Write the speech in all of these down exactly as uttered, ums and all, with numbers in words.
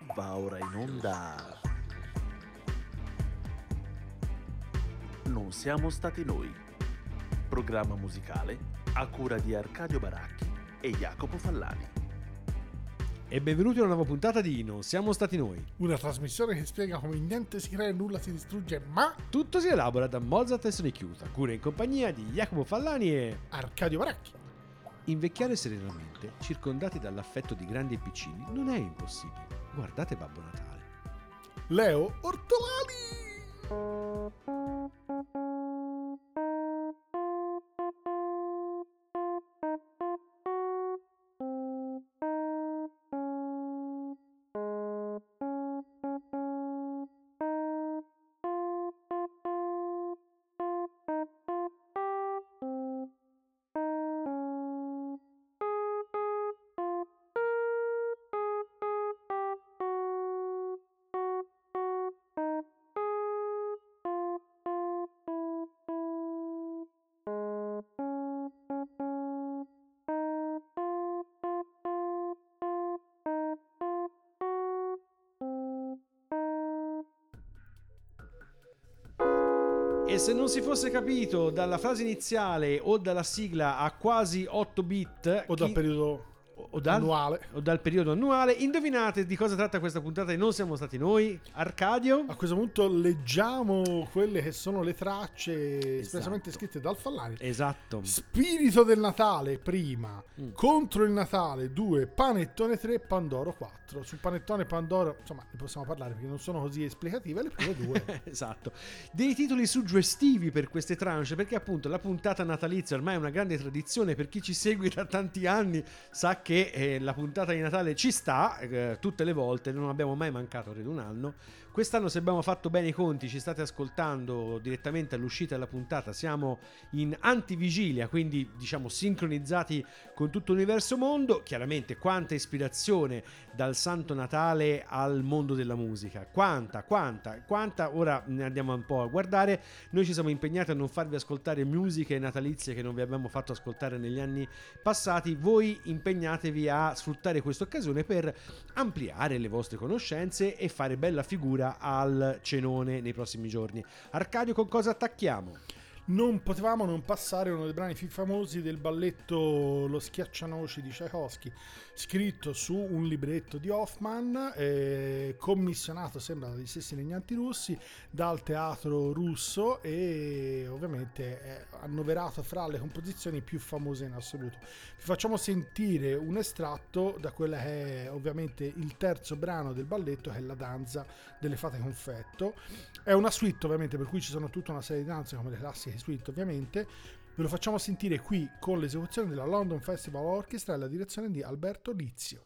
Va ora in onda. Non siamo stati noi. Programma musicale a cura di Arcadio Baracchi e Jacopo Fallani. E benvenuti a una nuova puntata di Non siamo stati noi. Una trasmissione che spiega come niente si crea e nulla si distrugge, ma Tutto si elabora da Mozart e Sony Chiusa, cura in compagnia di Jacopo Fallani e Arcadio Baracchi. invecchiare serenamente, circondati dall'affetto di grandi e piccini, non è impossibile. Guardate Babbo Natale. Leo Ortolani. E se non si fosse capito dalla frase iniziale o dalla sigla a quasi otto bit O dal chi- periodo o dal, annuale. o dal periodo annuale, indovinate di cosa tratta questa puntata di Non siamo stati noi? Arcadio? A questo punto leggiamo quelle che sono le tracce espressamente Esatto. scritte dal Fallani. Esatto. Spirito del Natale prima, Mm. Contro il Natale due, Panettone tre, Pandoro quattro. Sul Panettone e Pandoro, insomma, ne possiamo parlare perché non sono così esplicative le prime due. Esatto, dei titoli suggestivi per queste tranche, perché appunto la puntata natalizia ormai è una grande tradizione. Per chi ci segue da tanti anni sa che eh, la puntata di Natale ci sta eh, tutte le volte, non abbiamo mai mancato, credo, un anno. Quest'anno, se abbiamo fatto bene i conti, ci state ascoltando direttamente all'uscita della puntata, siamo in antivigilia, quindi diciamo sincronizzati con tutto l'universo mondo. Chiaramente quanta ispirazione dal Santo Natale al mondo della musica, quanta, quanta, quanta, ora ne andiamo un po' a guardare. Noi ci siamo impegnati a non farvi ascoltare musiche natalizie che non vi abbiamo fatto ascoltare negli anni passati. Voi impegnatevi a sfruttare questa occasione per ampliare le vostre conoscenze e fare bella figura al cenone nei prossimi giorni. Arcadio, con cosa attacchiamo? Non potevamo non passare uno dei brani più famosi del balletto Lo Schiaccianoci di Tchaikovsky, scritto su un libretto di Hoffman, eh, commissionato, sembra, dagli stessi legnanti russi, dal teatro russo, e ovviamente è annoverato fra le composizioni più famose in assoluto. Vi facciamo sentire un estratto da quella che è ovviamente il terzo brano del balletto, che è la danza delle fate confetto. È una suite, ovviamente, per cui ci sono tutta una serie di danze come le classiche suite, ovviamente. Ve lo facciamo sentire qui con l'esecuzione della London Festival Orchestra e la direzione di Alberto Lizio.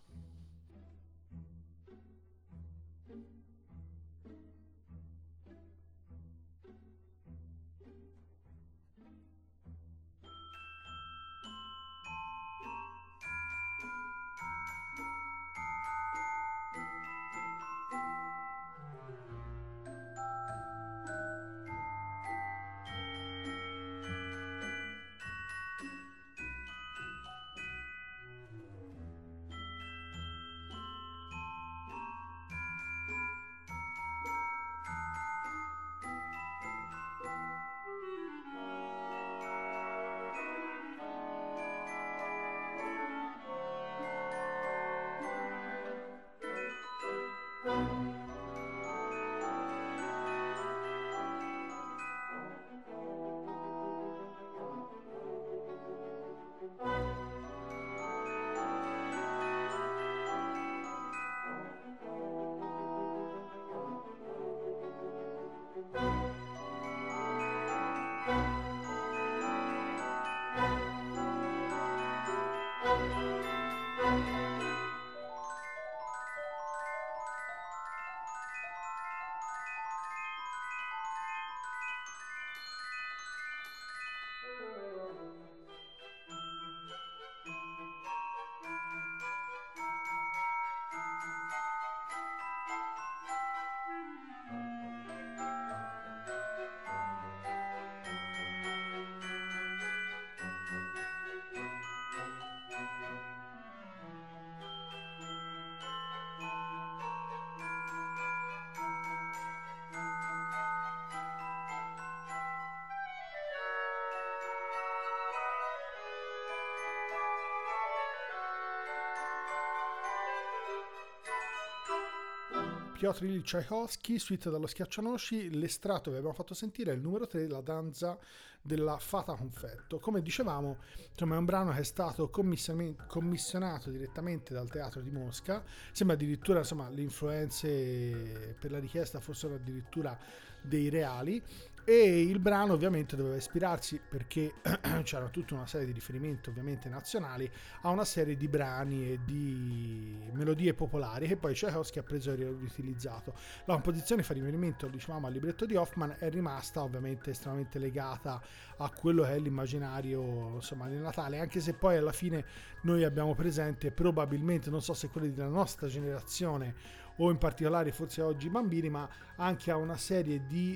Piotr Ilyich Tchaikovsky, suite dallo Schiaccianoci. L'estratto che abbiamo fatto sentire è il numero tre, la danza della fata confetto. Come dicevamo, insomma, è un brano che è stato commissionato direttamente dal Teatro di Mosca. Sembra addirittura, insomma, le influenze per la richiesta fossero addirittura dei reali. E il brano ovviamente doveva ispirarsi, perché c'era tutta una serie di riferimenti ovviamente nazionali, a una serie di brani e di melodie popolari che poi Tchaikovsky ha preso e riutilizzato. La composizione fa riferimento, dicevamo, al libretto di Hoffmann, è rimasta ovviamente estremamente legata a quello che è l'immaginario, insomma, del Natale, anche se poi alla fine noi abbiamo presente, probabilmente, non so se quelli della nostra generazione o in particolare forse oggi i bambini, ma anche a una serie di,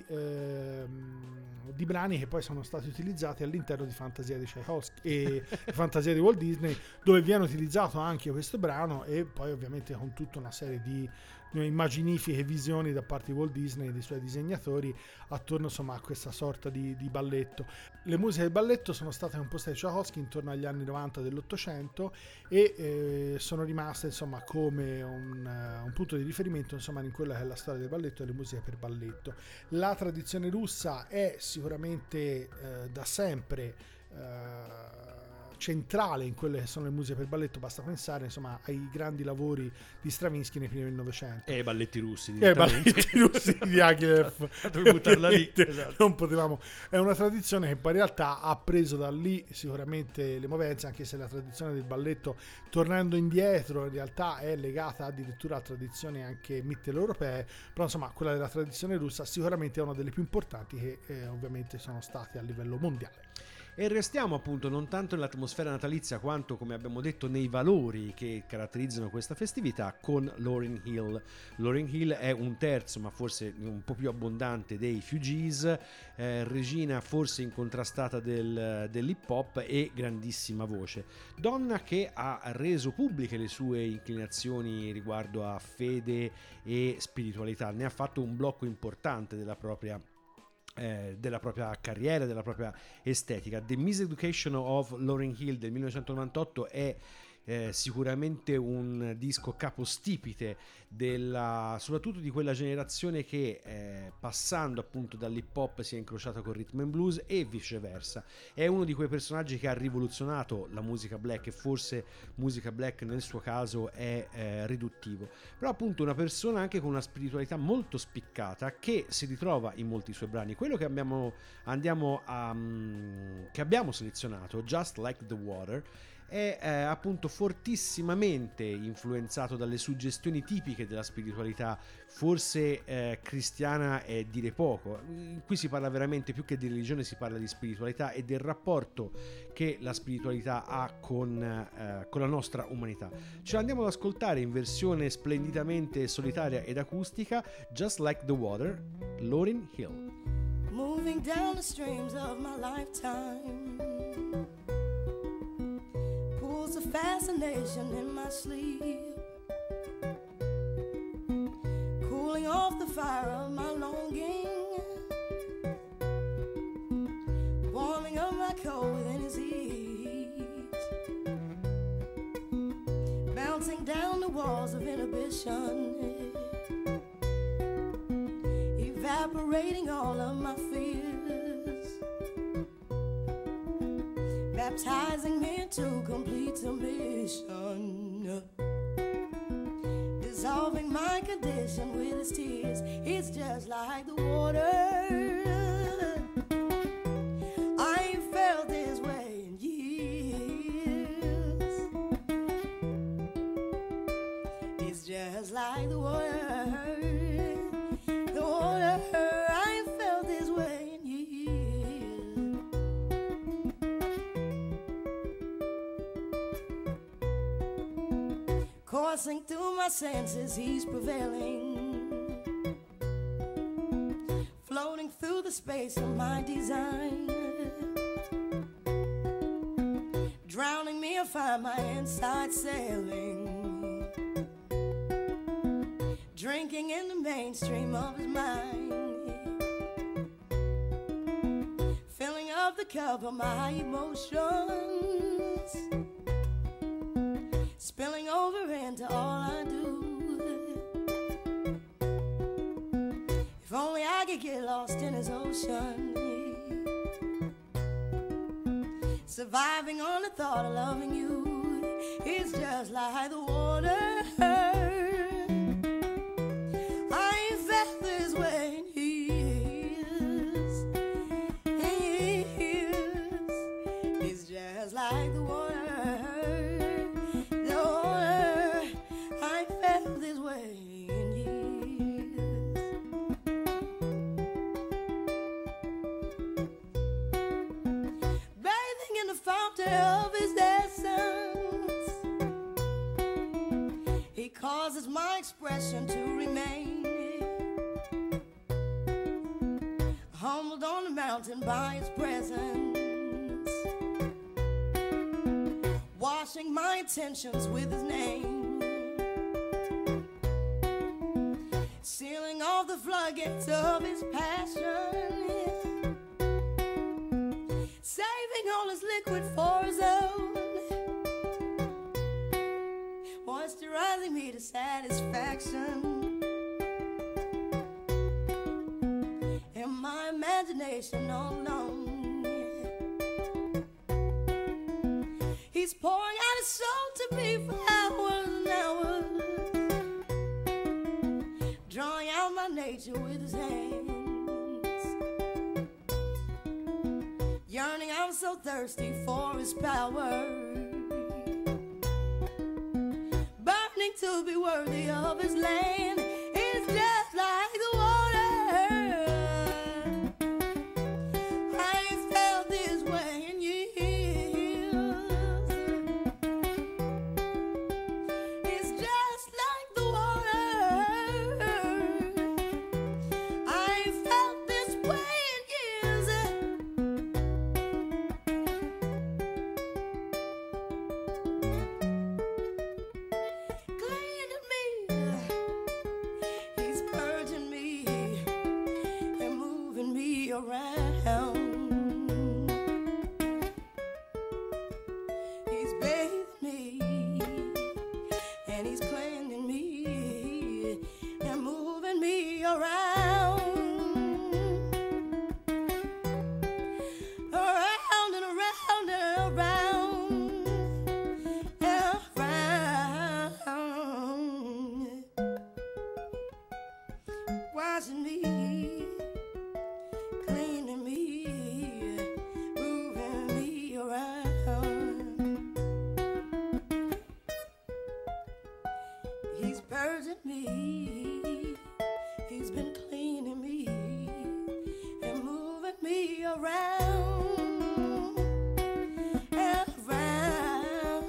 ehm, di brani che poi sono stati utilizzati all'interno di Fantasia di Tchaikovsky e Fantasia di Walt Disney, dove viene utilizzato anche questo brano, e poi ovviamente con tutta una serie di immaginifiche visioni da parte di Walt Disney e dei suoi disegnatori attorno, insomma, a questa sorta di, di balletto. Le musiche del balletto sono state composte da Tchaikovsky intorno agli anni novanta dell'Ottocento e eh, sono rimaste, insomma, come un, uh, un punto di riferimento, insomma, in quella che è la storia del balletto e le musiche per balletto. La tradizione russa è sicuramente eh, da sempre eh, centrale in quelle che sono le musiche per balletto. Basta pensare, insomma, ai grandi lavori di Stravinsky nei primi del Novecento e i balletti russi e i balletti russi di Diaghilev. Esatto. Non potevamo, è una tradizione che poi in realtà ha preso da lì sicuramente le movenze, anche se la tradizione del balletto, tornando indietro, in realtà è legata addirittura a tradizioni anche mitteleuropee, però insomma quella della tradizione russa sicuramente è una delle più importanti, che eh, ovviamente sono state a livello mondiale. E restiamo appunto non tanto nell'atmosfera natalizia quanto, come abbiamo detto, nei valori che caratterizzano questa festività con Lauryn Hill. Lauryn Hill è un terzo, ma forse un po' più abbondante, dei Fugees, eh, regina forse incontrastata del, dell'hip hop e grandissima voce. Donna che ha reso pubbliche le sue inclinazioni riguardo a fede e spiritualità, ne ha fatto un blocco importante della propria Eh, della propria carriera, della propria estetica. The Miseducation of Lauryn Hill del millenovecentonovantotto è eh, sicuramente un disco capostipite della, soprattutto di quella generazione che eh, passando appunto dall'hip hop si è incrociata con rhythm and blues e viceversa. È uno di quei personaggi che ha rivoluzionato la musica black, e forse musica black nel suo caso è eh, riduttivo, però appunto una persona anche con una spiritualità molto spiccata che si ritrova in molti suoi brani. Quello che abbiamo, andiamo a, um, che abbiamo selezionato, Just Like the Water, è eh, appunto fortissimamente influenzato dalle suggestioni tipiche della spiritualità, forse eh, cristiana è dire poco. Qui si parla veramente, più che di religione, si parla di spiritualità e del rapporto che la spiritualità ha con, eh, con la nostra umanità. Ce l'andiamo ad ascoltare in versione splendidamente solitaria ed acustica, Just Like the Water, Lauryn Hill. Moving down the streams of my lifetime, pools of fascination in my sleep, cooling off the fire of my longing, warming up my cold within his heat, bouncing down the walls of inhibition, evaporating all of my fears, baptizing me into complete submission, dissolving my condition with his tears. It's just like the water. I ain't felt this way in years. It's just like the water. The water, I ain't felt this way in years. Coursing through my senses, he's prevailing, floating through the space of my design, drowning me, I find my inside sailing, drinking in the mainstream of his mind, filling up the cup of my emotions, spilling over into all I do. lost in his ocean. Surviving on the thought of loving you is just like the water. I ain't felt this way in years, in years. It's just like the water, the water. I ain't felt this way in years. Bathing in the fountain of his essence, he causes my expression to remain humbled on the mountain by his presence, washing my intentions with his name, sealing off the floodgates of his passion, saving all his liquid for his own, moisturizing me to satisfaction. In my imagination all alone, he's pouring out his soul to me for hours and hours, drawing out my nature with his hands, yearning, I'm so thirsty for his power, burning to be worthy of his land. It's just like the water. I ain't felt this way in years. It's just like the water. I ain't felt this way in years. Cleaning me, he's purging me and moving me around. He's bathing me and he's cleaning me and moving me around, around and around and around and around, washing me, cleaning me, moving me around. He's purging me, he's been cleaning me and moving me around and around.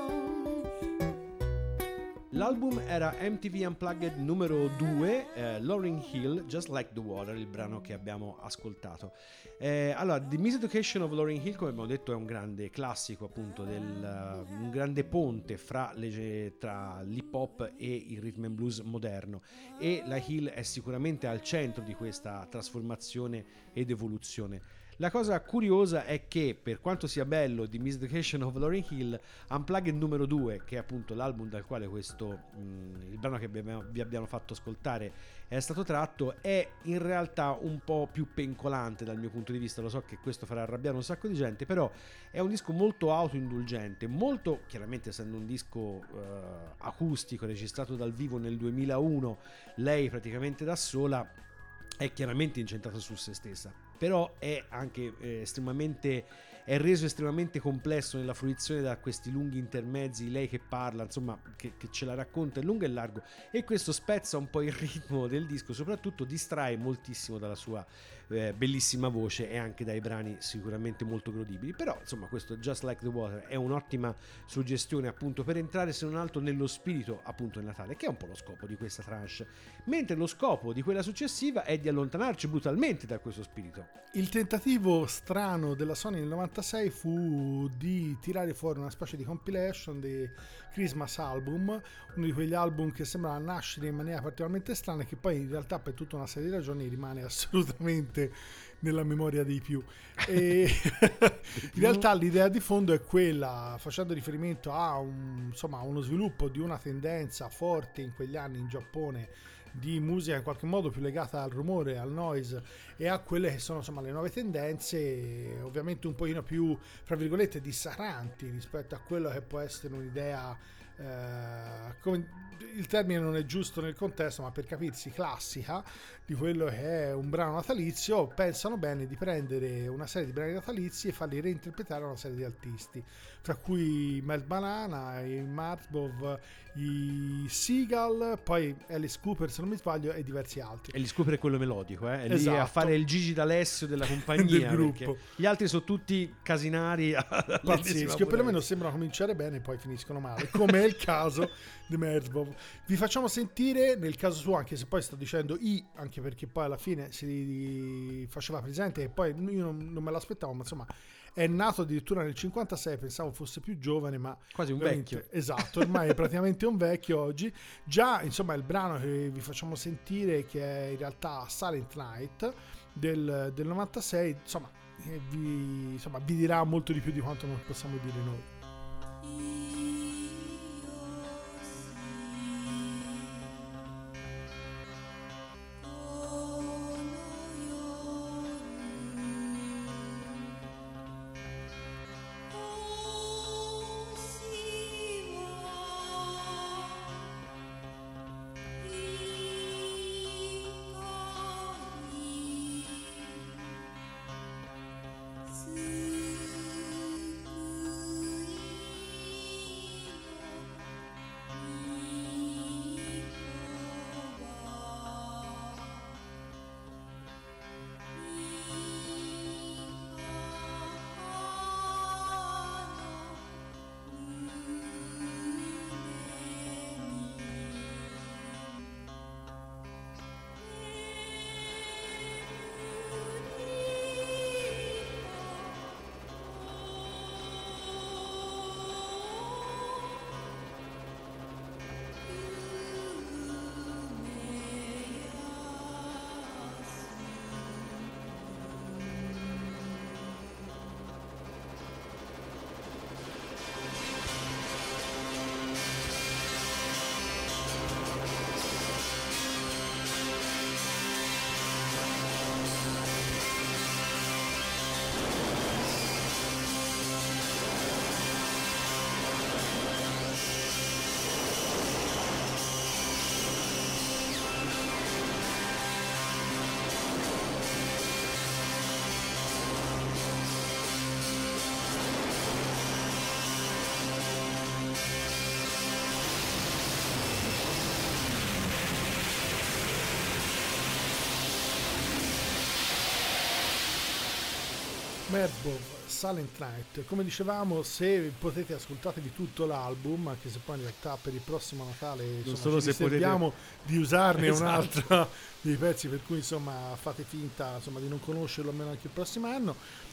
L'album era M T V Unplugged numero due, eh, Lauryn Hill, Just Like the Water, il brano che abbiamo ascoltato. Eh, allora, The Miseducation of Lauryn Hill, come abbiamo detto, è un grande classico, appunto, del, uh, un grande ponte fra, le, tra l'hip hop e il rhythm and blues moderno, e la Hill è sicuramente al centro di questa trasformazione ed evoluzione. La cosa curiosa è che, per quanto sia bello The Miseducation of Lauryn Hill, Unplugged numero due, che è appunto l'album dal quale questo mh, il brano che abbiamo, vi abbiamo fatto ascoltare è stato tratto, è in realtà un po' più pencolante dal mio punto di vista. Lo so che questo farà arrabbiare un sacco di gente, però è un disco molto autoindulgente, molto, chiaramente essendo un disco uh, acustico registrato dal vivo nel duemilauno, lei praticamente da sola, è chiaramente incentrata su se stessa, però è anche eh, estremamente è reso estremamente complesso nella fruizione da questi lunghi intermezzi, lei che parla, insomma, che, che ce la racconta in lungo e largo, e questo spezza un po' il ritmo del disco, soprattutto distrae moltissimo dalla sua eh, bellissima voce e anche dai brani sicuramente molto godibili. Però insomma, questo Just Like the Water è un'ottima suggestione, appunto, per entrare se non altro nello spirito, appunto, del Natale, che è un po' lo scopo di questa tranche, mentre lo scopo di quella successiva è di allontanarci brutalmente da questo spirito. Il tentativo strano della Sony nel novantasei fu di tirare fuori una specie di compilation di Christmas album, uno di quegli album che sembrava nascere in maniera particolarmente strana e che poi in realtà per tutta una serie di ragioni rimane assolutamente nella memoria dei più. E in realtà l'idea di fondo è quella, facendo riferimento a un, insomma, uno sviluppo di una tendenza forte in quegli anni in Giappone di musica in qualche modo più legata al rumore, al noise e a quelle che sono insomma le nuove tendenze, ovviamente un pochino più, fra virgolette, dissacranti rispetto a quello che può essere un'idea, eh, come, il termine non è giusto nel contesto, ma per capirsi classica, di quello che è un brano natalizio. Pensano bene di prendere una serie di brani natalizi e farli reinterpretare a una serie di artisti, fra cui Melt Banana, i Martbov, i Seagull, poi Alice Cooper se non mi sbaglio e diversi altri. Alice Cooper è quello melodico, eh? È Esatto. lì a fare il Gigi D'Alessio della compagnia del gruppo. Gli altri sono tutti casinari pazzeschi, o perlomeno sembrano cominciare bene e poi finiscono male, come è il caso di Merzbov. Vi facciamo sentire, nel caso suo, anche se poi sto dicendo i, anche perché poi alla fine si faceva presente e poi io non, non me l'aspettavo, ma insomma è nato addirittura nel cinquantasei, pensavo fosse più giovane, ma quasi un vecchio. Esatto, ormai è praticamente un vecchio oggi. Già, insomma, il brano che vi facciamo sentire, che è in realtà Silent Night del, del novantasei, insomma vi, insomma, vi dirà molto di più di quanto non possiamo dire noi. Merzbov, Silent Night. Come dicevamo, se potete ascoltatevi tutto l'album, anche se poi in realtà per il prossimo Natale insomma, solo ci se riserviamo potete... di usarne esatto. un altro dei pezzi, per cui insomma fate finta insomma, di non conoscerlo almeno anche il prossimo anno.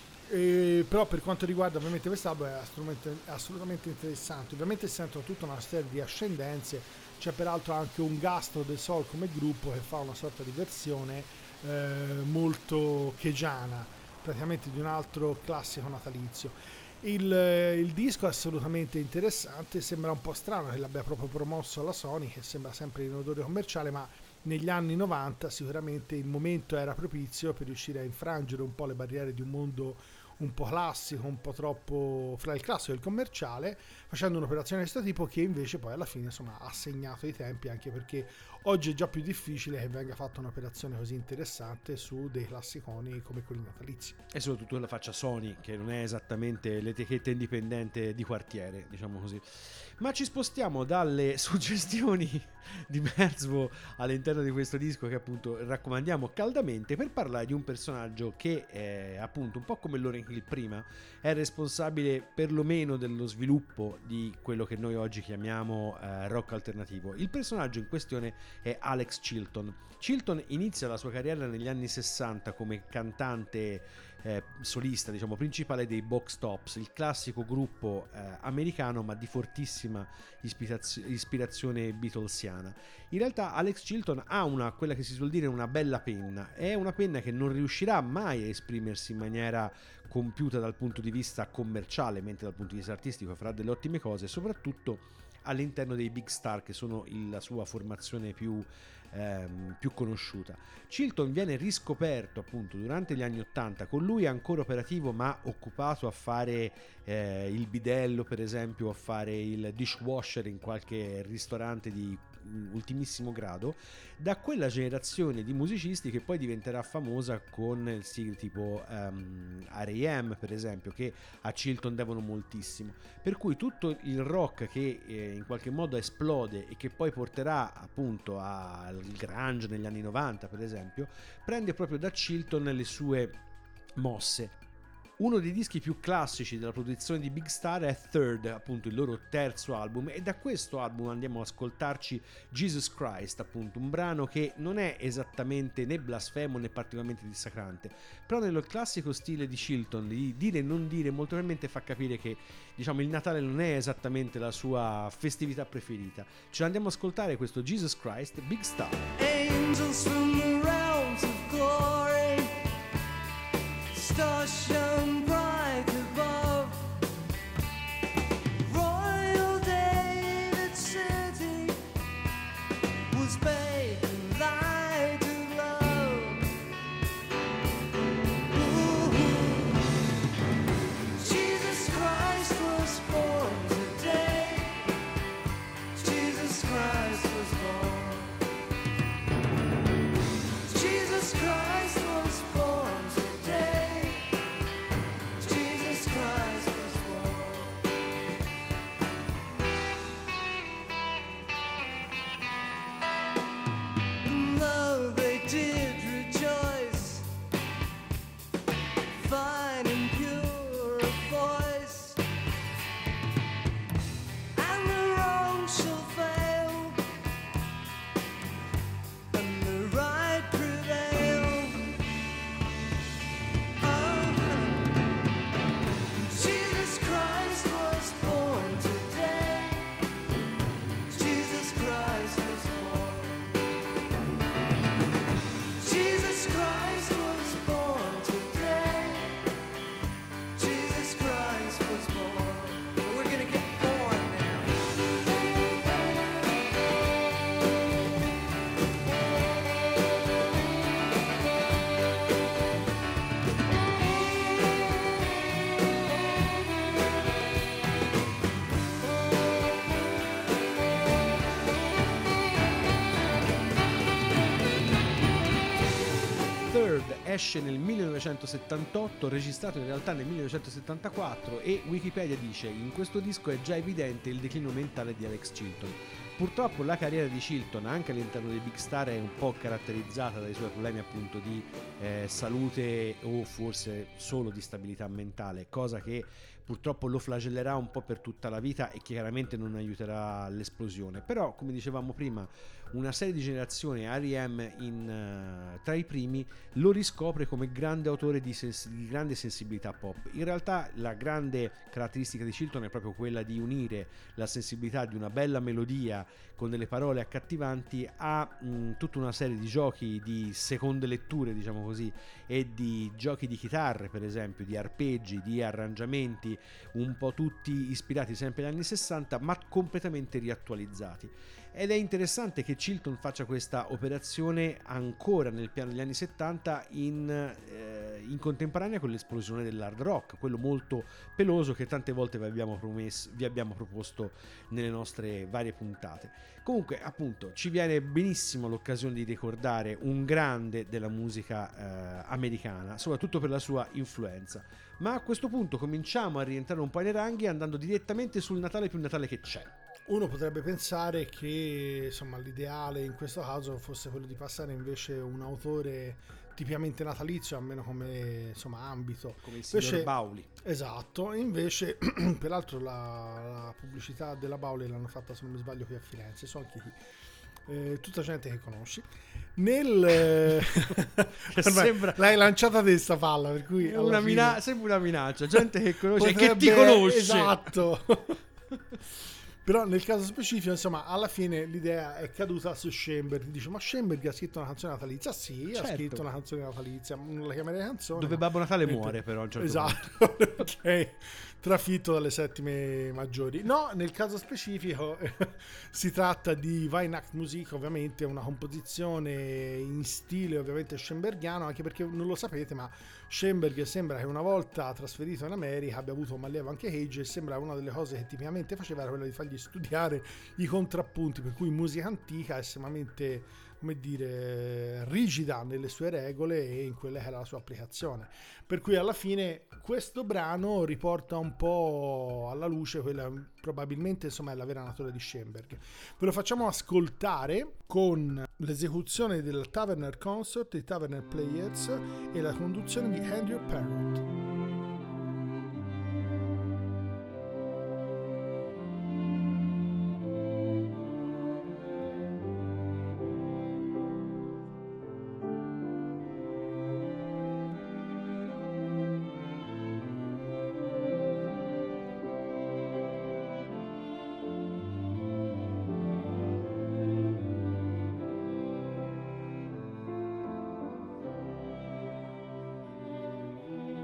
E, però per quanto riguarda ovviamente quest'album è assolutamente, assolutamente interessante. Ovviamente sentono tutta una serie di ascendenze, c'è peraltro anche un Gastro del Sol come gruppo che fa una sorta di versione eh, molto kegiana praticamente di un altro classico natalizio. Il, il disco è assolutamente interessante, sembra un po' strano che l'abbia proprio promosso alla Sony, che sembra sempre in odore commerciale, ma negli anni novanta sicuramente il momento era propizio per riuscire a infrangere un po' le barriere di un mondo un po' classico, un po' troppo fra il classico e il commerciale, facendo un'operazione di questo tipo che invece poi alla fine insomma ha segnato i tempi, anche perché oggi è già più difficile che venga fatta un'operazione così interessante su dei classiconi come quelli natalizi. E soprattutto la faccia Sony, che non è esattamente l'etichetta indipendente di quartiere, diciamo così. Ma ci spostiamo dalle suggestioni di Merzbow all'interno di questo disco, che appunto raccomandiamo caldamente, per parlare di un personaggio che è appunto un po' come Lauryn Hill prima, è responsabile perlomeno dello sviluppo di quello che noi oggi chiamiamo eh, rock alternativo. Il personaggio in questione è Alex Chilton. Chilton inizia la sua carriera negli anni sessanta come cantante eh, solista, diciamo, principale dei Box Tops, il classico gruppo eh, americano ma di fortissima ispirazio- ispirazione beatlesiana. In realtà Alex Chilton ha una, quella che si suol dire, una bella penna. È una penna che non riuscirà mai a esprimersi in maniera compiuta dal punto di vista commerciale, mentre dal punto di vista artistico farà delle ottime cose, soprattutto all'interno dei big star che sono il, la sua formazione più ehm, più conosciuta. Chilton viene riscoperto appunto durante gli anni ottanta, con lui ancora operativo ma occupato a fare eh, il bidello per esempio, a fare il dishwasher in qualche ristorante di ultimissimo grado, da quella generazione di musicisti che poi diventerà famosa con sigle tipo um, R E M per esempio, che a Chilton devono moltissimo, per cui tutto il rock che eh, in qualche modo esplode e che poi porterà appunto al grunge negli anni novanta per esempio, prende proprio da Chilton le sue mosse. Uno dei dischi più classici della produzione di Big Star è Third, appunto il loro terzo album, e da questo album andiamo ad ascoltarci Jesus Christ, appunto un brano che non è esattamente né blasfemo né particolarmente dissacrante, però nel classico stile di Chilton di dire e non dire molto probabilmente fa capire che, diciamo, il Natale non è esattamente la sua festività preferita. Ce l'andiamo ad ascoltare questo Jesus Christ, Big Star. Angels from the realms of glory, stars shine bright above, royal David's city was bathed in light of love. Ooh. Jesus Christ was born today, Jesus Christ was born, Jesus Christ was born today, Jesus Christ was born. In love they did rejoice, fine and pure of voice, and the wrong shall fail, and the right prevail. Oh, Jesus Christ was born today, Jesus Christ was born, Jesus Christ was born today, Jesus Christ was born. We're gonna get born Third esce nel millenovecentosettantotto, registrato in realtà nel millenovecentosettantaquattro, e Wikipedia dice: in questo disco è già evidente il declino mentale di Alex Chilton. Purtroppo la carriera di Chilton anche all'interno dei Big Star è un po' caratterizzata dai suoi problemi appunto di eh, salute o forse solo di stabilità mentale, cosa che purtroppo lo flagellerà un po' per tutta la vita e chiaramente non aiuterà all'esplosione. Però, come dicevamo prima, una serie di generazioni, R E M in, uh, tra i primi, lo riscopre come grande autore di, sens- di grande sensibilità pop. In realtà la grande caratteristica di Chilton è proprio quella di unire la sensibilità di una bella melodia con delle parole accattivanti a mh, tutta una serie di giochi di seconde letture, diciamo così, e di giochi di chitarre, per esempio, di arpeggi, di arrangiamenti, un po' tutti ispirati sempre agli anni sessanta ma completamente riattualizzati. Ed è interessante che Chilton faccia questa operazione ancora nel piano degli anni settanta in, eh, in contemporanea con l'esplosione dell'hard rock, quello molto peloso che tante volte vi abbiamo, promesso, vi abbiamo proposto nelle nostre varie puntate. Comunque, appunto, ci viene benissimo l'occasione di ricordare un grande della musica eh, americana, soprattutto per la sua influenza. Ma a questo punto cominciamo a rientrare un po' nei ranghi, andando direttamente sul Natale più Natale che c'è. Uno potrebbe pensare che insomma l'ideale in questo caso fosse quello di passare invece un autore tipicamente natalizio, almeno come insomma ambito, come il signor invece, Bauli. Esatto, invece peraltro la, la pubblicità della Bauli l'hanno fatta, se non mi sbaglio, qui a Firenze, so anche qui. Eh, tutta gente che conosci nel sembra l'hai lanciata te sta palla, per cui una fine... mina- sembra una minaccia, gente che conosce potrebbe... che ti conosce, esatto. Però nel caso specifico, insomma, alla fine l'idea è caduta su Schoenberg. Dice, ma Schoenberg ha scritto una canzone natalizia? Sì, Certo. ha scritto una canzone natalizia, non la chiamerei canzone. Dove ma- Babbo Natale mentre- muore però a un certo Esatto, ok, trafitto dalle settime maggiori. No, nel caso specifico si tratta di Weihnachtsmusik, ovviamente una composizione in stile ovviamente schoenbergiano, anche perché non lo sapete, ma Schoenberg sembra che una volta trasferito in America abbia avuto un allievo anche Cage, e sembra una delle cose che tipicamente faceva era quella di fargli studiare i contrappunti, per cui musica antica, estremamente, come dire, rigida nelle sue regole e in quella che era la sua applicazione. Per cui alla fine questo brano riporta un po' alla luce quella probabilmente, insomma, è la vera natura di Schoenberg. Ve lo facciamo ascoltare con l'esecuzione del Taverner Consort, dei Taverner Players, e la conduzione di Andrew Parrott. Thank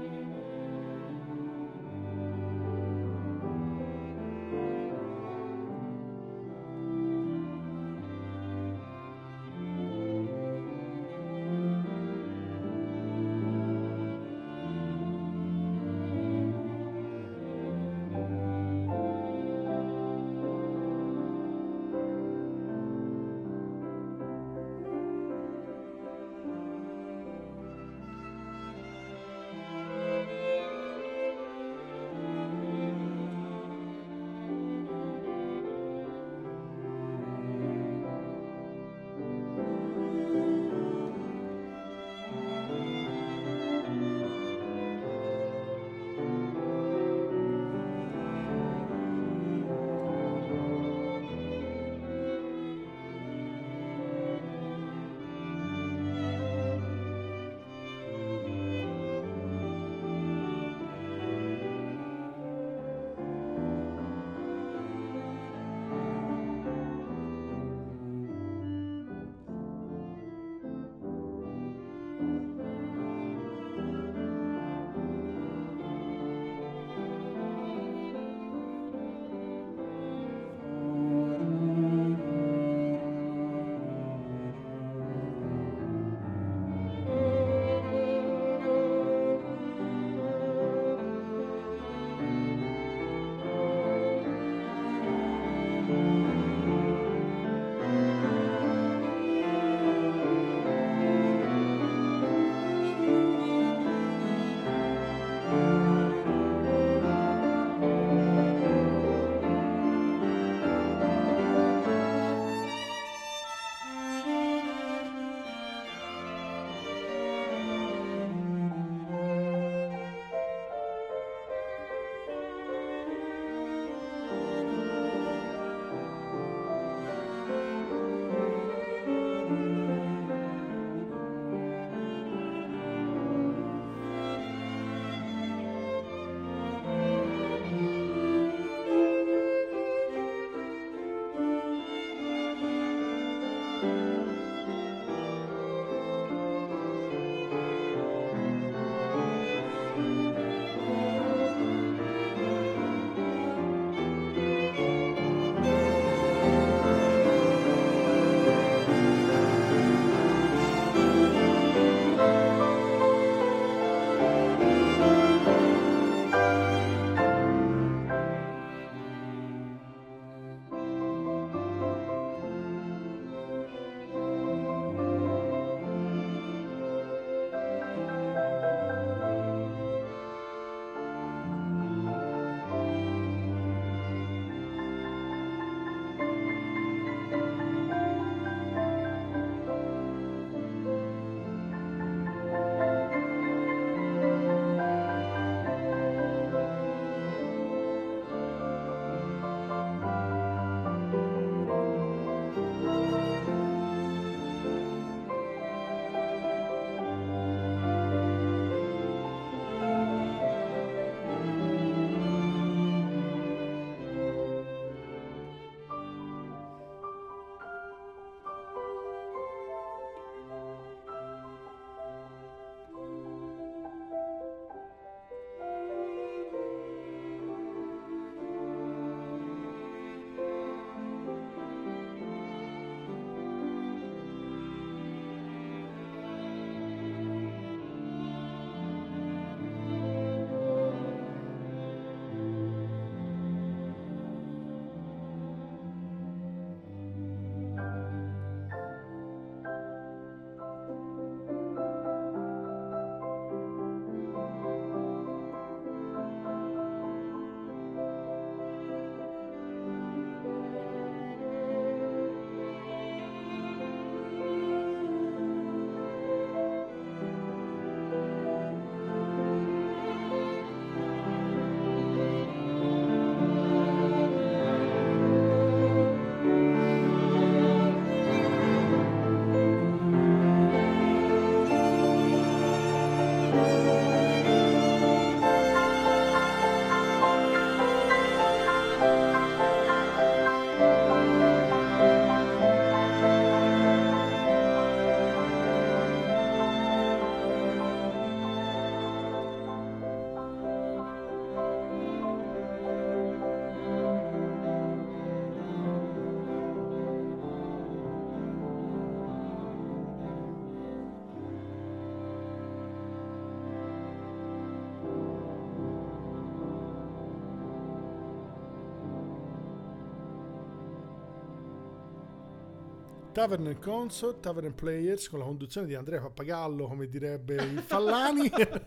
Tavern and Consort, Tavern and Players, con la conduzione di Andrea Pappagallo, come direbbe il Fallani,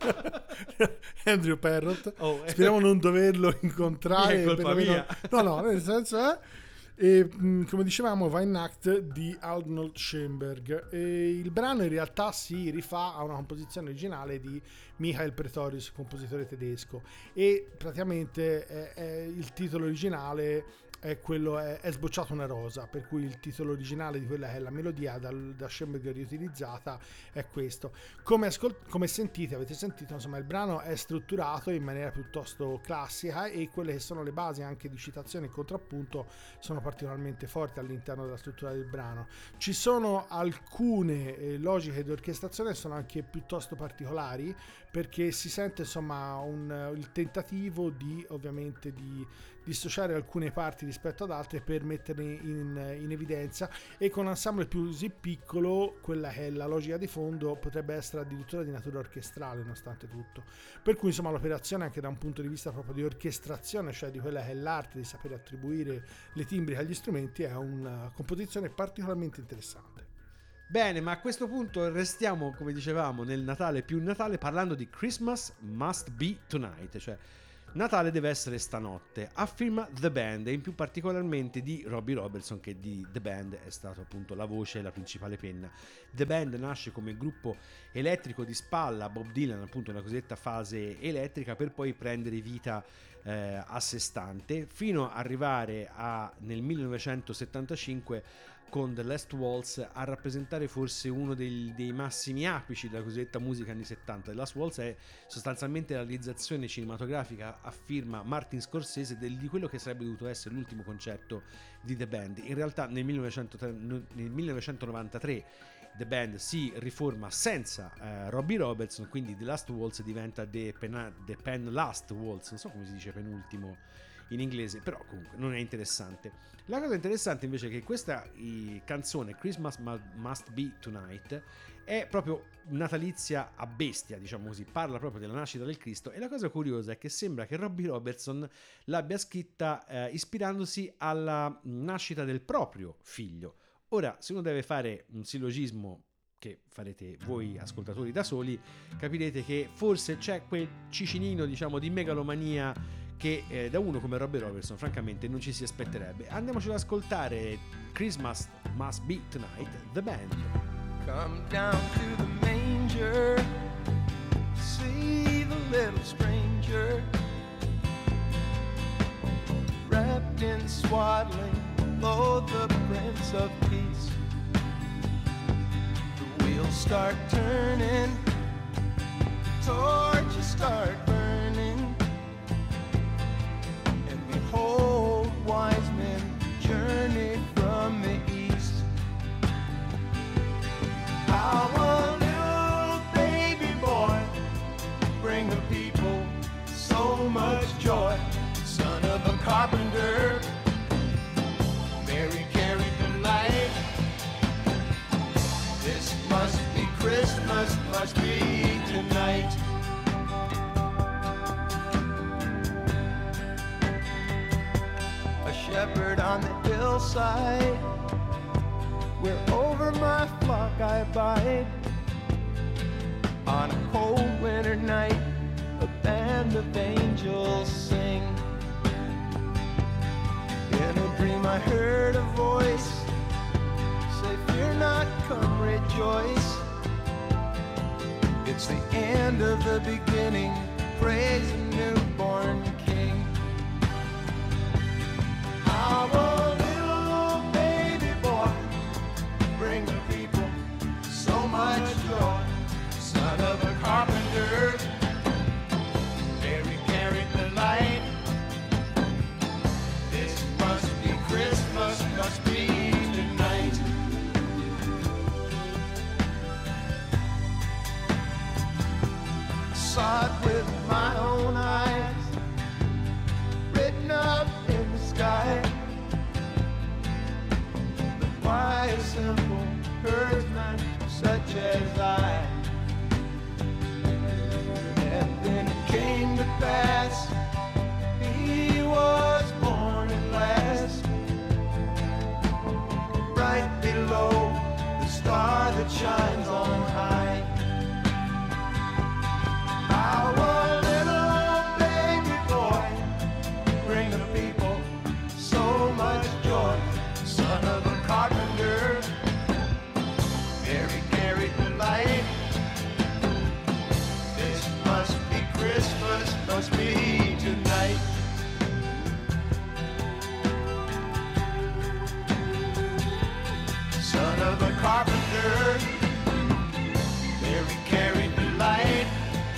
Andrew Parrott. Oh, eh. Speriamo non doverlo incontrare. È colpa mia. No, no, nel senso è... E mh, come dicevamo, Weihnacht di Arnold Schoenberg, e il brano in realtà si rifà a una composizione originale di Michael Pretorius, compositore tedesco, e praticamente è, è il titolo originale è quello è, è Sbocciata una rosa, per cui il titolo originale di quella che è la melodia dal, da Schoenberg riutilizzata è questo. Come, ascol- come sentite, avete sentito, insomma, il brano è strutturato in maniera piuttosto classica, e quelle che sono le basi anche di citazione e contrappunto sono particolarmente forti all'interno della struttura del brano. Ci sono alcune eh, logiche di orchestrazione che sono anche piuttosto particolari, perché si sente, insomma, un, il tentativo di ovviamente di dissociare alcune parti rispetto ad altre per metterle in, in evidenza, e con un ensemble più così piccolo quella che è la logica di fondo potrebbe essere addirittura di natura orchestrale nonostante tutto, per cui insomma l'operazione anche da un punto di vista proprio di orchestrazione, cioè di quella che è l'arte di sapere attribuire le timbriche agli strumenti, è una composizione particolarmente interessante. Bene, ma a questo punto restiamo, come dicevamo, nel Natale più Natale, parlando di Christmas Must Be Tonight, cioè Natale deve essere stanotte, affirma The Band, e in più particolarmente di Robbie Robertson, che di The Band è stato appunto la voce e la principale penna. The Band nasce come gruppo elettrico di spalla a Bob Dylan, appunto nella cosiddetta fase elettrica, per poi prendere vita eh, a sé stante, fino ad arrivare a, nel millenovecentosettantacinque con The Last Waltz a rappresentare forse uno dei, dei massimi apici della cosiddetta musica anni settanta. The Last Waltz è sostanzialmente la realizzazione cinematografica a firma Martin Scorsese del, di quello che sarebbe dovuto essere l'ultimo concerto di The Band. In realtà nel, nel millenovecentonovantatré The Band si riforma senza eh, Robbie Robertson, quindi The Last Waltz diventa The Pen, The Pen Last Waltz, non so come si dice penultimo in inglese, però comunque non è interessante. La cosa interessante invece è che questa i, canzone Christmas Must Be Tonight è proprio natalizia a bestia, diciamo così, parla proprio della nascita del Cristo, e la cosa curiosa è che sembra che Robbie Robertson l'abbia scritta eh, ispirandosi alla nascita del proprio figlio. Ora, se uno deve fare un sillogismo che farete voi ascoltatori da soli, capirete che forse c'è quel cicinino, diciamo, di megalomania che eh, da uno come Robbie Robertson francamente non ci si aspetterebbe. Andiamoci ad ascoltare Christmas Must Be Tonight, The Band. Come down to the manger, see the little stranger, wrapped in swaddling, lo the Prince of Peace. The wheels start turning, torches start burning, and behold, wise men journey from the east. How a little baby boy bring the people so much joy. Son of a carpenter, Mary carried the light. This must be Christmas, must be tonight. A shepherd on the hillside, where over my flock I abide. On a cold winter night, a band of angels sing. In a dream I heard a voice say, fear not, come rejoice. It's the end of the beginning, praise a newborn king. How a little baby boy bring the people so much joy. Son of a carpenter, Mary carried the light. This must be Christmas, must be tonight. I saw it with my own eyes, written up in the sky. The quiet, simple herdsman, such as I. And then it came to pass, he was born at last, right below must be tonight. Son of a carpenter, there he carried the light.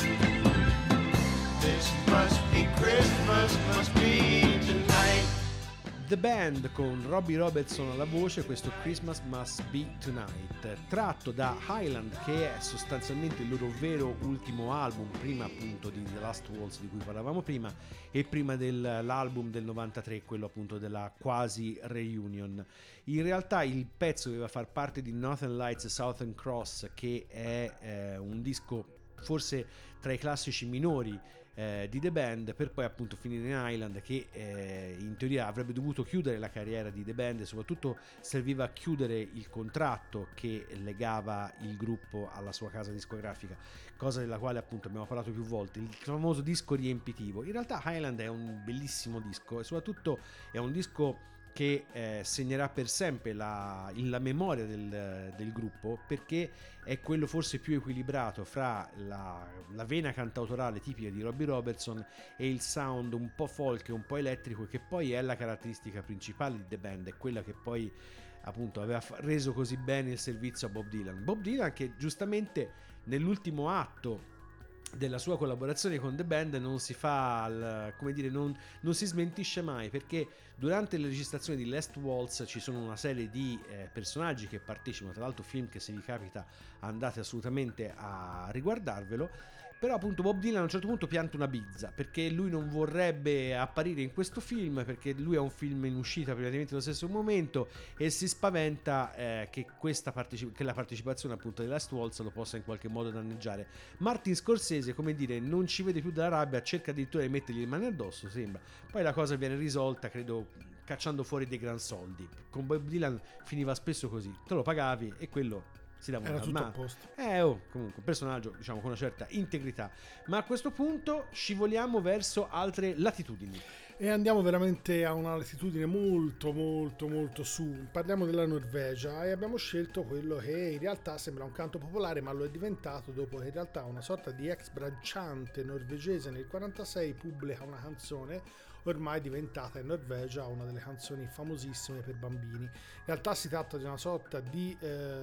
This must be Christmas, must be tonight. The Band con Robbie Robertson alla voce, questo Christmas Must Be Tonight, tratto da Highland, che è sostanzialmente il loro vero ultimo album, prima appunto di The Last Waltz di cui parlavamo prima e prima dell'album del novantatré, quello appunto della quasi reunion. In realtà il pezzo doveva far parte di Northern Lights Southern Cross, che è eh, un disco forse tra i classici minori Eh, di The Band, per poi appunto finire in Highland, che eh, in teoria avrebbe dovuto chiudere la carriera di The Band e soprattutto serviva a chiudere il contratto che legava il gruppo alla sua casa discografica, cosa della quale appunto abbiamo parlato più volte, il famoso disco riempitivo. In realtà Highland è un bellissimo disco e soprattutto è un disco che eh, segnerà per sempre la, la memoria del, del gruppo, perché è quello forse più equilibrato fra la, la vena cantautorale tipica di Robbie Robertson e il sound un po' folk e un po' elettrico, che poi è la caratteristica principale di The Band, è quella che poi appunto aveva reso così bene il servizio a Bob Dylan. Bob Dylan che giustamente nell'ultimo atto della sua collaborazione con The Band non si fa al, come dire, non, non si smentisce mai, perché durante le registrazioni di Last Waltz ci sono una serie di eh, personaggi che partecipano, tra l'altro film che se vi capita andate assolutamente a riguardarvelo. Però appunto Bob Dylan a un certo punto pianta una bizza, perché lui non vorrebbe apparire in questo film, perché lui ha un film in uscita praticamente allo stesso momento e si spaventa eh, che, questa parteci- che la partecipazione appunto di Last Waltz lo possa in qualche modo danneggiare. Martin Scorsese, come dire, non ci vede più dalla rabbia, cerca addirittura di mettergli le mani addosso, sembra. Poi la cosa viene risolta, credo, cacciando fuori dei gran soldi. Con Bob Dylan finiva spesso così, te lo pagavi e quello si dava Era una tutto a calmata. posto. Eh, oh, comunque un personaggio diciamo con una certa integrità. Ma a questo punto scivoliamo verso altre latitudini. E andiamo veramente a una latitudine molto molto molto su. Parliamo della Norvegia e abbiamo scelto quello che in realtà sembra un canto popolare, ma lo è diventato dopo che in realtà una sorta di ex bracciante norvegese nel quarantasei pubblica una canzone ormai diventata in Norvegia una delle canzoni famosissime per bambini. In realtà si tratta di una sorta di eh,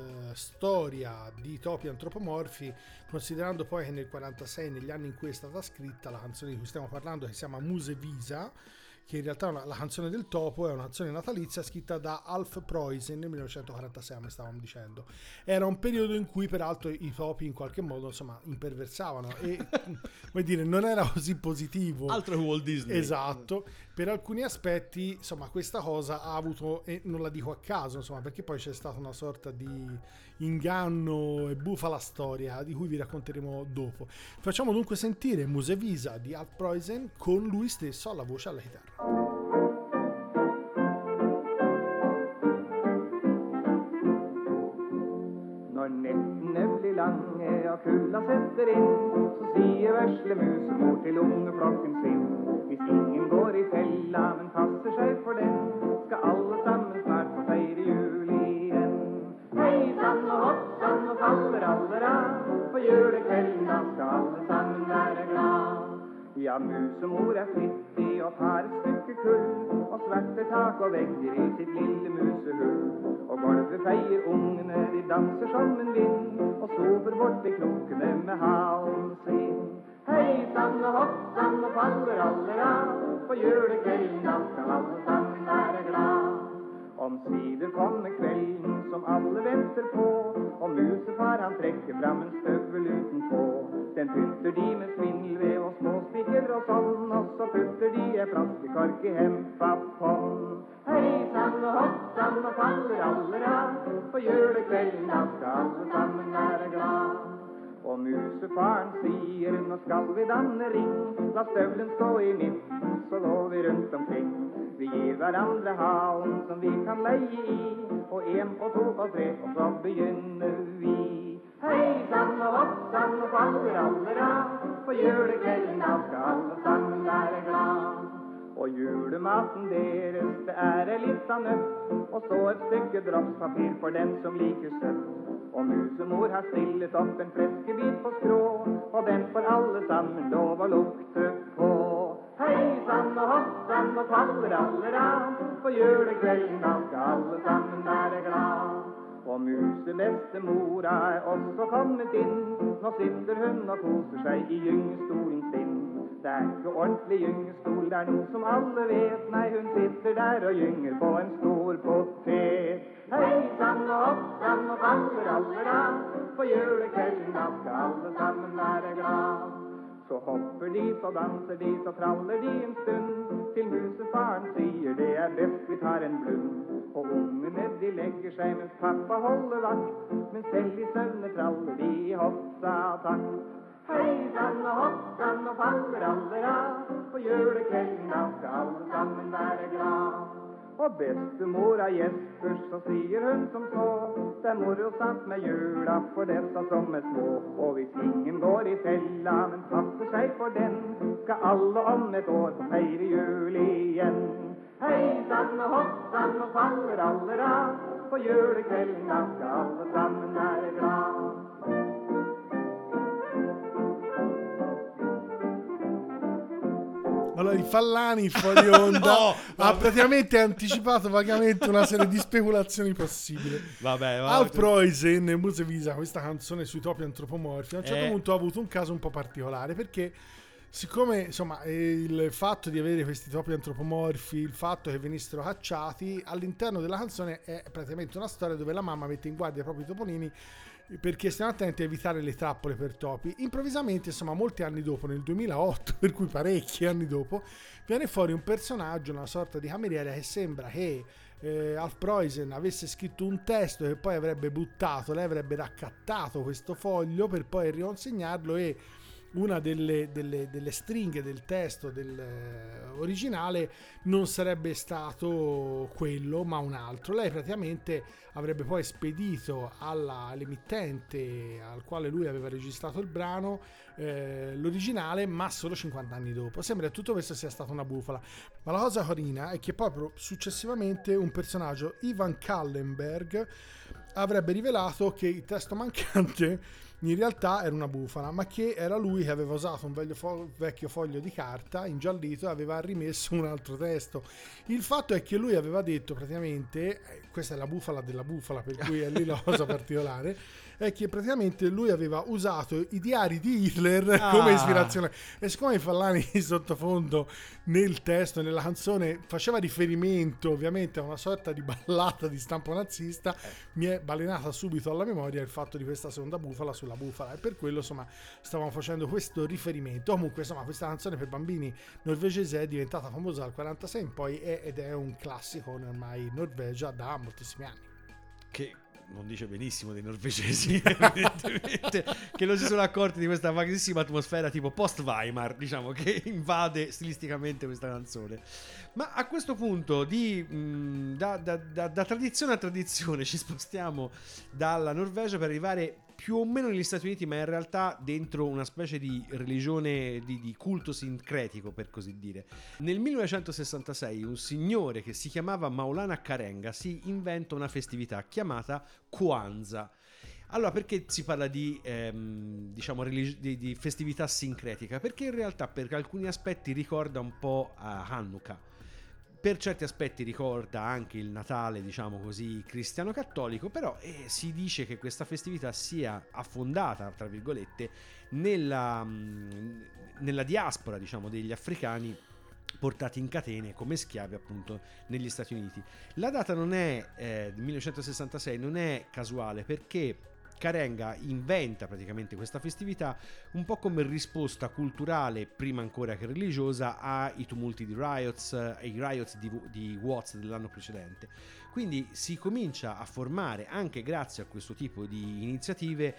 storia di topi antropomorfi, considerando poi che nel quarantasei, negli anni in cui è stata scritta la canzone di cui stiamo parlando, che si chiama Muse Visa, che in realtà è una, la canzone del topo è una canzone natalizia scritta da Alf Preussen nel millenovecentoquarantasei, come stavamo dicendo. Era un periodo in cui peraltro i topi in qualche modo insomma imperversavano e come dire non era così positivo. Altro che Walt Disney. Esatto. Per alcuni aspetti insomma questa cosa ha avuto, e non la dico a caso insomma, perché poi c'è stata una sorta di inganno e bufala storia di cui vi racconteremo dopo. Facciamo dunque sentire Muse Visa di Alf Preussen con lui stesso alla voce e alla chitarra. Når nettene blir lange og kulda setter inn, så sier vesle musemor til ungeflokken sin: hvis ingen går i fella, men passer seg for den, skal alle sammen snart få feire jul igjen. Hei sann og hopp sann og faller allera, på julekvelden da skal alle sammen være glad. Ja, musemor er flittig og tar et stykke kull, og sverter tak og vegger i sitt lille musehull. Og golvet feier ungene, de danser som en vind, og sover bort i krokene med halen sin. Hei sann og hopp sann og faller allera, på julekvelden da skal alle sammen være glad. Omsider kommer kvelden som alle venter på, og musefar han trekker fram en støvel utenpå. Den pynter de med svindelvev og små spikker og sånn, og så putter de en flaskekork i hempapånd. Hei sann og hopp sann og faller allera, på julekvelden da skal alle sammen være glad. Og musefaren sier, nå skal vi danne ring, la støvlen stå i midten, så går vi rundt omkring. Vi gir hverandre halen som vi kan leie i, og en og to og tre, og så begynner vi. Hei sann og hopp sann og faller allera, på julekvelden da skal alle sammen være glad. Og julematen deres, det er en liten nøtt, og så et stykke dropspapir for den som liker søtt. Og musemor har stillet opp en fleskebit på skrå, og den får alle sammen lov å lukte på. og faller alle ran. På julekvelden da skal alle sammen være glad. Og musebestemora er også kommet inn. Nå sitter hun og koser seg i gyngestolen sin. Det er ikke ordentlig gyngestol, det er noe som alle vet. Nei, hun sitter der og gynger på en stor potet. Hei sann og hopp sann og faller alle ran. På julekvelden da skal alle sammen være glad. Så hopper de, så danser de, så traller de en stund. Til musefaren sier det er best vi tar en blund. Og ungene de legger seg mens pappa holder vakt. Men selv i søvne traller de i hoppsa takt. Hei sann og hopp sann og faller alle av. På julekvelden da skal alle sammen være glad. Og bestemora gjesper, så sier hun som så. Det er morosamt med jula for dessa som er små. Og hvis ingen går i fella, men passer seg for den, skal alle om et år få feire jul igjen. Hei sann og hopp sann og faller alle av. På julekvelden da skal alle sammen være glad. Allora, i Fallani fuori onda No, ha praticamente anticipato vagamente una serie di speculazioni possibili. Vabbè, vabbè. Al Preußen, Musevisa, questa canzone sui topi antropomorfi, a un certo Eh. punto ha avuto un caso un po' particolare, perché siccome insomma eh, il fatto di avere questi topi antropomorfi, il fatto che venissero cacciati, all'interno della canzone è praticamente una storia dove la mamma mette in guardia i propri topolini perché stiamo attenti a evitare le trappole per topi. Improvvisamente, insomma, molti anni dopo, nel duemilaotto, per cui parecchi anni dopo, viene fuori un personaggio, una sorta di cameriera che sembra che eh, Alf Preußen avesse scritto un testo che poi avrebbe buttato, lei avrebbe raccattato questo foglio per poi riconsegnarlo e una delle, delle, delle stringhe del testo del, eh, originale non sarebbe stato quello ma un altro. Lei praticamente avrebbe poi spedito alla, all'emittente al quale lui aveva registrato il brano eh, l'originale, ma solo cinquanta anni dopo. Sembra che tutto questo sia stata una bufala, ma la cosa carina è che proprio successivamente un personaggio, Ivan Kallenberg, avrebbe rivelato che il testo mancante in realtà era una bufala, ma che era lui che aveva usato un vecchio, fo- vecchio foglio di carta ingiallito e aveva rimesso un altro testo. Il fatto è che lui aveva detto praticamente, eh, questa è la bufala della bufala, per cui è lì la cosa particolare, è che praticamente lui aveva usato i diari di Hitler Ah. come ispirazione, e siccome Fallani in sottofondo nel testo, nella canzone, faceva riferimento ovviamente a una sorta di ballata di stampo nazista, mi è balenata subito alla memoria il fatto di questa seconda bufala sulla bufala, e per quello insomma stavamo facendo questo riferimento. Comunque insomma questa canzone per bambini norvegese è diventata famosa dal quarantasei in poi è, ed è un classico ormai in Norvegia da moltissimi anni. Che non dice benissimo dei norvegesi, evidentemente, che non si sono accorti di questa vaghissima atmosfera tipo post-Weimar, diciamo, che invade stilisticamente questa canzone. Ma a questo punto di mh, da, da, da, da tradizione a tradizione ci spostiamo dalla Norvegia per arrivare più o meno negli Stati Uniti, ma in realtà dentro una specie di religione, di, di culto sincretico, per così dire. Nel millenovecentosessantasei un signore che si chiamava Maulana Karenga si inventa una festività chiamata Kwanzaa. Allora, perché si parla di, ehm, diciamo, religi- di, di festività sincretica? Perché in realtà per alcuni aspetti ricorda un po' a Hanukkah. Per certi aspetti ricorda anche il Natale, diciamo così, cristiano-cattolico, però eh, si dice che questa festività sia affondata, tra virgolette, nella, mh, nella diaspora, diciamo, degli africani portati in catene come schiavi appunto negli Stati Uniti. La data non è eh, del millenovecentosessantasei, non è casuale, perché Karenga inventa praticamente questa festività un po' come risposta culturale, prima ancora che religiosa, ai tumulti di riots, ai riots di, di Watts dell'anno precedente. Quindi si comincia a formare, anche grazie a questo tipo di iniziative,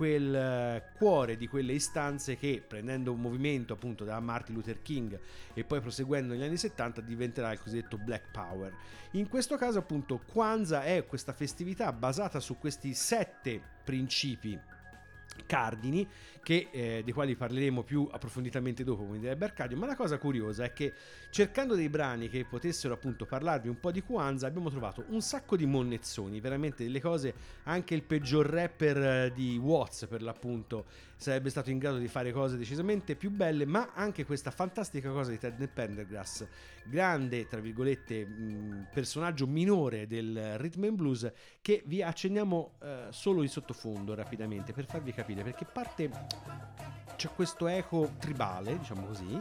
quel cuore di quelle istanze che, prendendo un movimento appunto da Martin Luther King e poi proseguendo negli anni settanta, diventerà il cosiddetto Black Power. In questo caso appunto Kwanzaa è questa festività basata su questi sette principi cardini che, eh, dei quali parleremo più approfonditamente dopo, come direbbe Arcadio. Ma la cosa curiosa è che, cercando dei brani che potessero appunto parlarvi un po' di Kwanzaa, abbiamo trovato un sacco di monnezzoni, veramente delle cose. Anche il peggior rapper di Watts, per l'appunto, sarebbe stato in grado di fare cose decisamente più belle. Ma anche questa fantastica cosa di Ted Pendergrass, grande tra virgolette mh, personaggio minore del rhythm and blues, che vi accenniamo eh, solo in sottofondo rapidamente per farvi capire, perché parte, c'è questo eco tribale, diciamo così,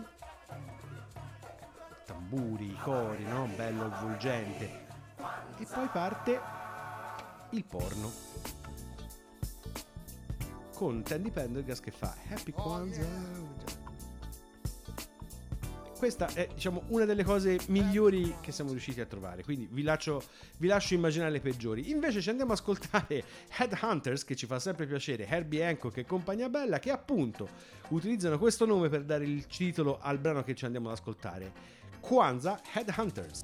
tamburi, i cori, no? Bello avvolgente, e poi parte il porno con Teddy Pendergrass che fa Happy Kwanzaa. Questa è, diciamo, una delle cose migliori che siamo riusciti a trovare, quindi vi lascio, vi lascio immaginare le peggiori. Invece ci andiamo ad ascoltare Headhunters, che ci fa sempre piacere, Herbie Hancock e compagnia bella, che appunto utilizzano questo nome per dare il titolo al brano che ci andiamo ad ascoltare, Kwanzaa Headhunters.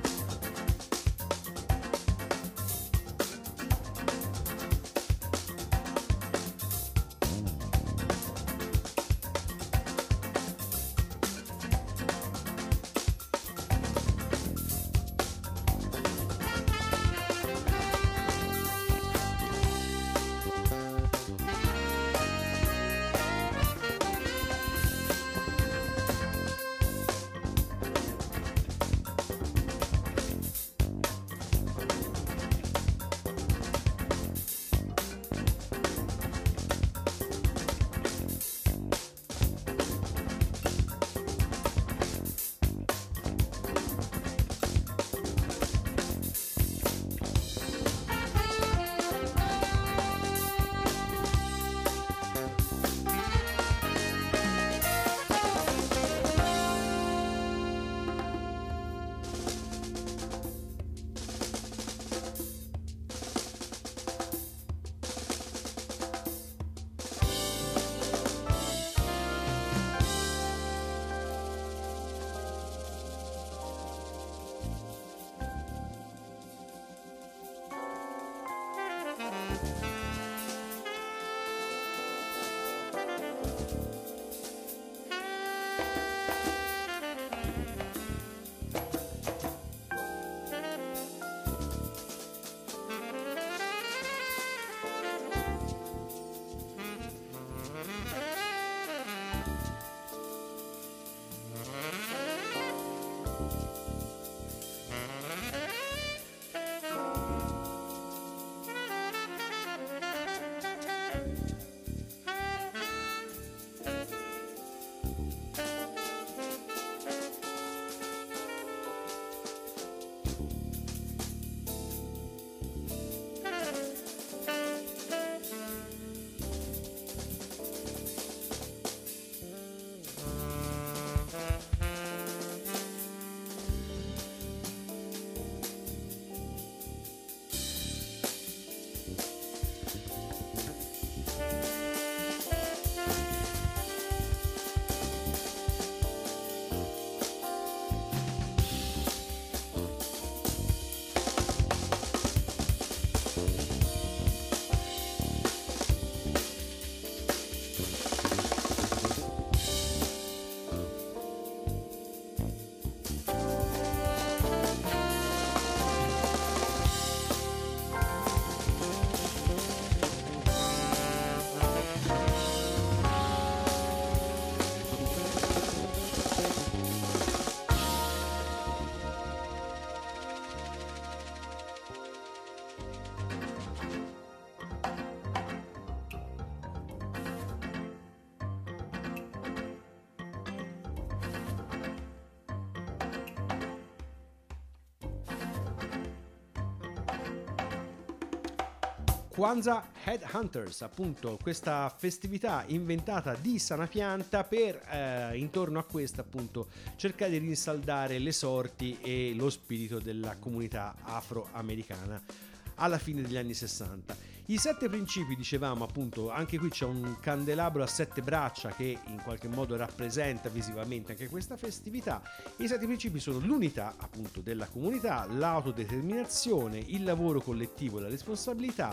Kwanzaa Headhunters, appunto questa festività inventata di sana pianta per eh, intorno a questa appunto cercare di rinsaldare le sorti e lo spirito della comunità afroamericana alla fine degli anni sessanta. I sette principi, dicevamo appunto, anche qui c'è un candelabro a sette braccia che in qualche modo rappresenta visivamente anche questa festività. I sette principi sono l'unità appunto della comunità, l'autodeterminazione, il lavoro collettivo e la responsabilità,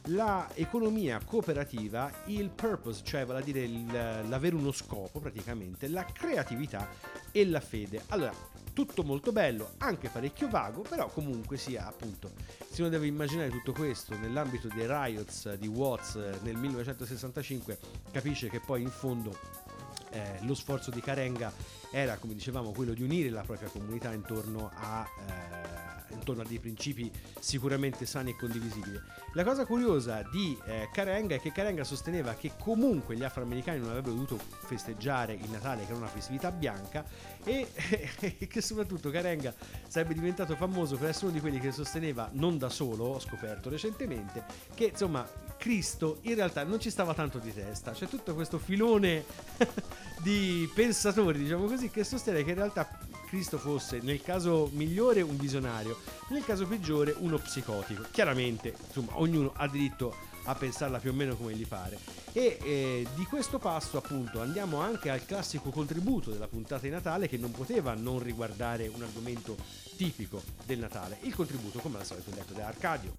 la economia cooperativa, il purpose, cioè vale a dire il, l'avere uno scopo praticamente, la creatività e la fede. Allora, tutto molto bello, anche parecchio vago, però comunque sia, appunto, se uno deve immaginare tutto questo nell'ambito dei riots di Watts nel millenovecentosessantacinque, capisce che poi in fondo eh, lo sforzo di Karenga era, come dicevamo, quello di unire la propria comunità intorno a eh, intorno a dei principi sicuramente sani e condivisibili. La cosa curiosa di eh, Karenga è che Karenga sosteneva che comunque gli afroamericani non avrebbero dovuto festeggiare il Natale, che era una festività bianca, e, e che soprattutto Karenga sarebbe diventato famoso per essere uno di quelli che sosteneva, non da solo, ho scoperto recentemente, che insomma Cristo in realtà non ci stava tanto di testa. C'è tutto questo filone di pensatori, diciamo così, che sostiene che in realtà Cristo fosse nel caso migliore un visionario, nel caso peggiore uno psicotico. Chiaramente, insomma, ognuno ha diritto a pensarla più o meno come gli pare. E eh, di questo passo, appunto, andiamo anche al classico contributo della puntata di Natale, che non poteva non riguardare un argomento tipico del Natale. Il contributo, come al solito, detto da Arcadio.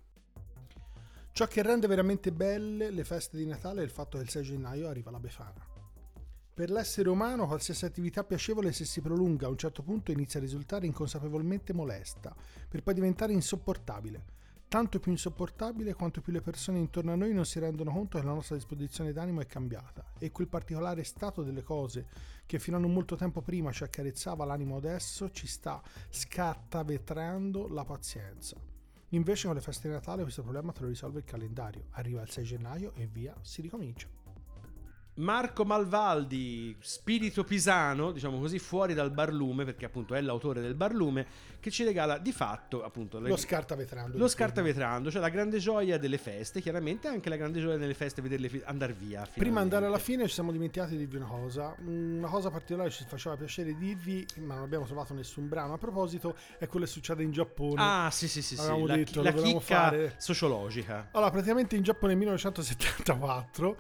Ciò che rende veramente belle le feste di Natale è il fatto che il sei gennaio arriva la Befana. Per l'essere umano qualsiasi attività piacevole, se si prolunga a un certo punto, inizia a risultare inconsapevolmente molesta, per poi diventare insopportabile. Tanto più insopportabile quanto più le persone intorno a noi non si rendono conto che la nostra disposizione d'animo è cambiata e quel particolare stato delle cose che fino a non molto tempo prima ci accarezzava l'animo adesso ci sta scattavetrando la pazienza. Invece con le feste di Natale questo problema te lo risolve il calendario. Arriva il sei gennaio e via, si ricomincia. Marco Malvaldi, spirito pisano, diciamo così, fuori dal barlume, perché appunto è l'autore del barlume, che ci regala di fatto appunto lo scartavetrando. Lo scartavetrando, cioè la grande gioia delle feste, chiaramente anche la grande gioia delle feste vederle fi- andare via. Finalmente. Prima di andare alla fine ci siamo dimenticati di dirvi una cosa, una cosa particolare ci faceva piacere dirvi, ma non abbiamo trovato nessun brano a proposito, è quello che succede in Giappone. Ah sì sì sì, avevamo sì. detto, la, lo la chicca fare. sociologica. Allora, praticamente in Giappone nel millenovecentosettantaquattro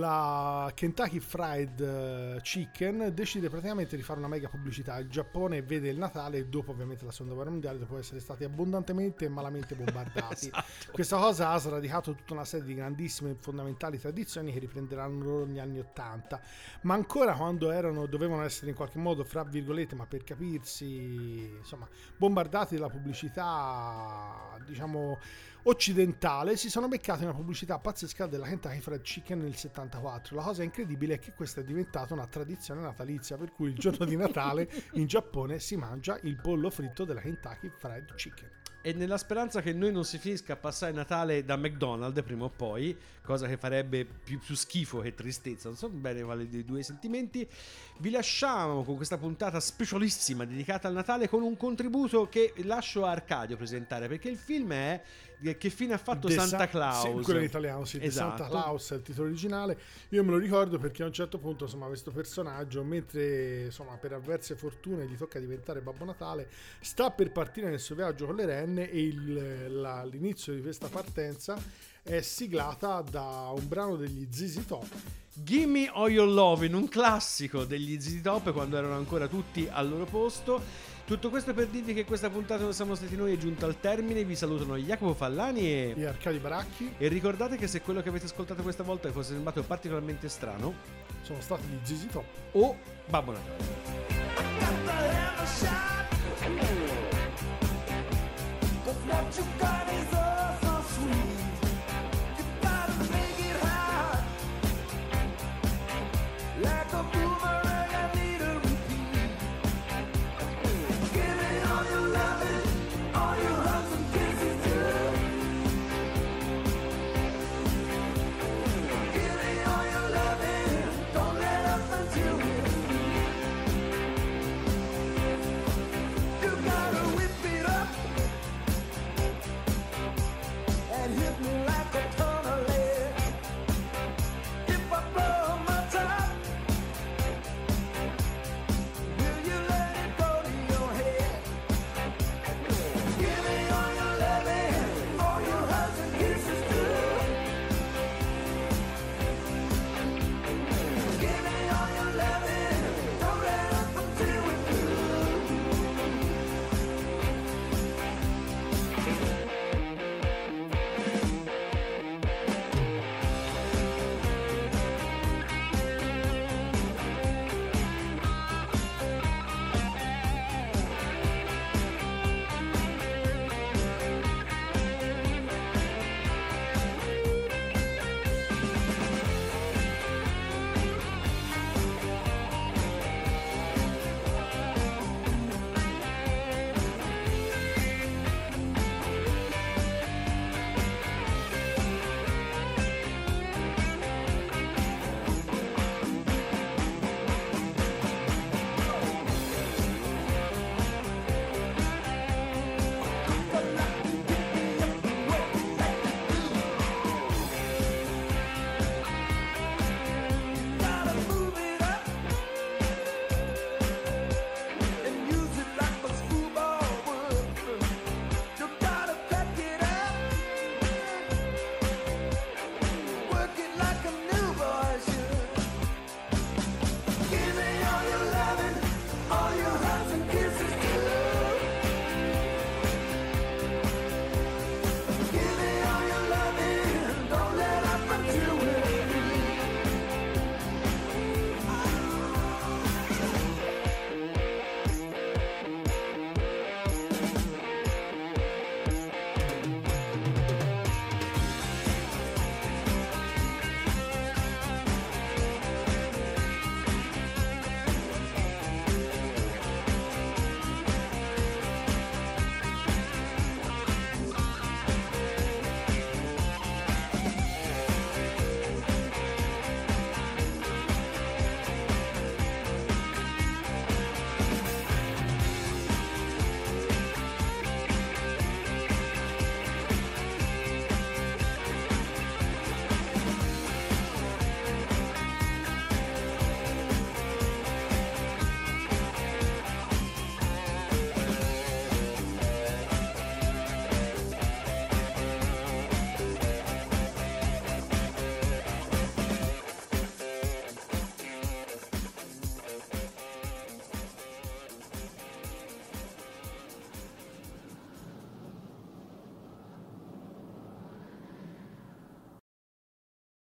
la Kentucky Fried Chicken decide praticamente di fare una mega pubblicità. Il Giappone vede il Natale dopo ovviamente la seconda guerra mondiale, dopo essere stati abbondantemente e malamente bombardati. Esatto. Questa cosa ha sradicato tutta una serie di grandissime e fondamentali tradizioni che riprenderanno loro negli anni ottanta, ma ancora quando erano, dovevano essere in qualche modo, fra virgolette, ma per capirsi, insomma, bombardati dalla pubblicità, diciamo, occidentale, si sono beccati una pubblicità pazzesca della Kentucky Fried Chicken nel settantaquattro. La cosa incredibile è che questa è diventata una tradizione natalizia, per cui il giorno di Natale in Giappone si mangia il pollo fritto della Kentucky Fried Chicken. E nella speranza che noi non si finisca a passare Natale da McDonald's prima o poi, cosa che farebbe più, più schifo che tristezza, non so bene quale dei due sentimenti, vi lasciamo con questa puntata specialissima dedicata al Natale con un contributo che lascio a Arcadio presentare, perché il film è Che fine ha fatto The Santa Sa- Claus? Sì, quello in italiano, sì, esatto. Santa Claus è il titolo originale. Io me lo ricordo perché a un certo punto, insomma, questo personaggio, mentre insomma per avverse fortune gli tocca diventare Babbo Natale, sta per partire nel suo viaggio con le renne e il, la, l'inizio di questa partenza è siglata da un brano degli Z Z Top. Gimme All Your Lovin', un classico degli Z Z Top quando erano ancora tutti al loro posto. Tutto questo per dirvi che questa puntata Non Siamo Stati Noi è giunta al termine. Vi salutano Jacopo Fallani e, e Arcadio Baracchi. E ricordate che se quello che avete ascoltato questa volta vi fosse sembrato particolarmente strano, sono stati gli Z Z Top o Babbo Natale.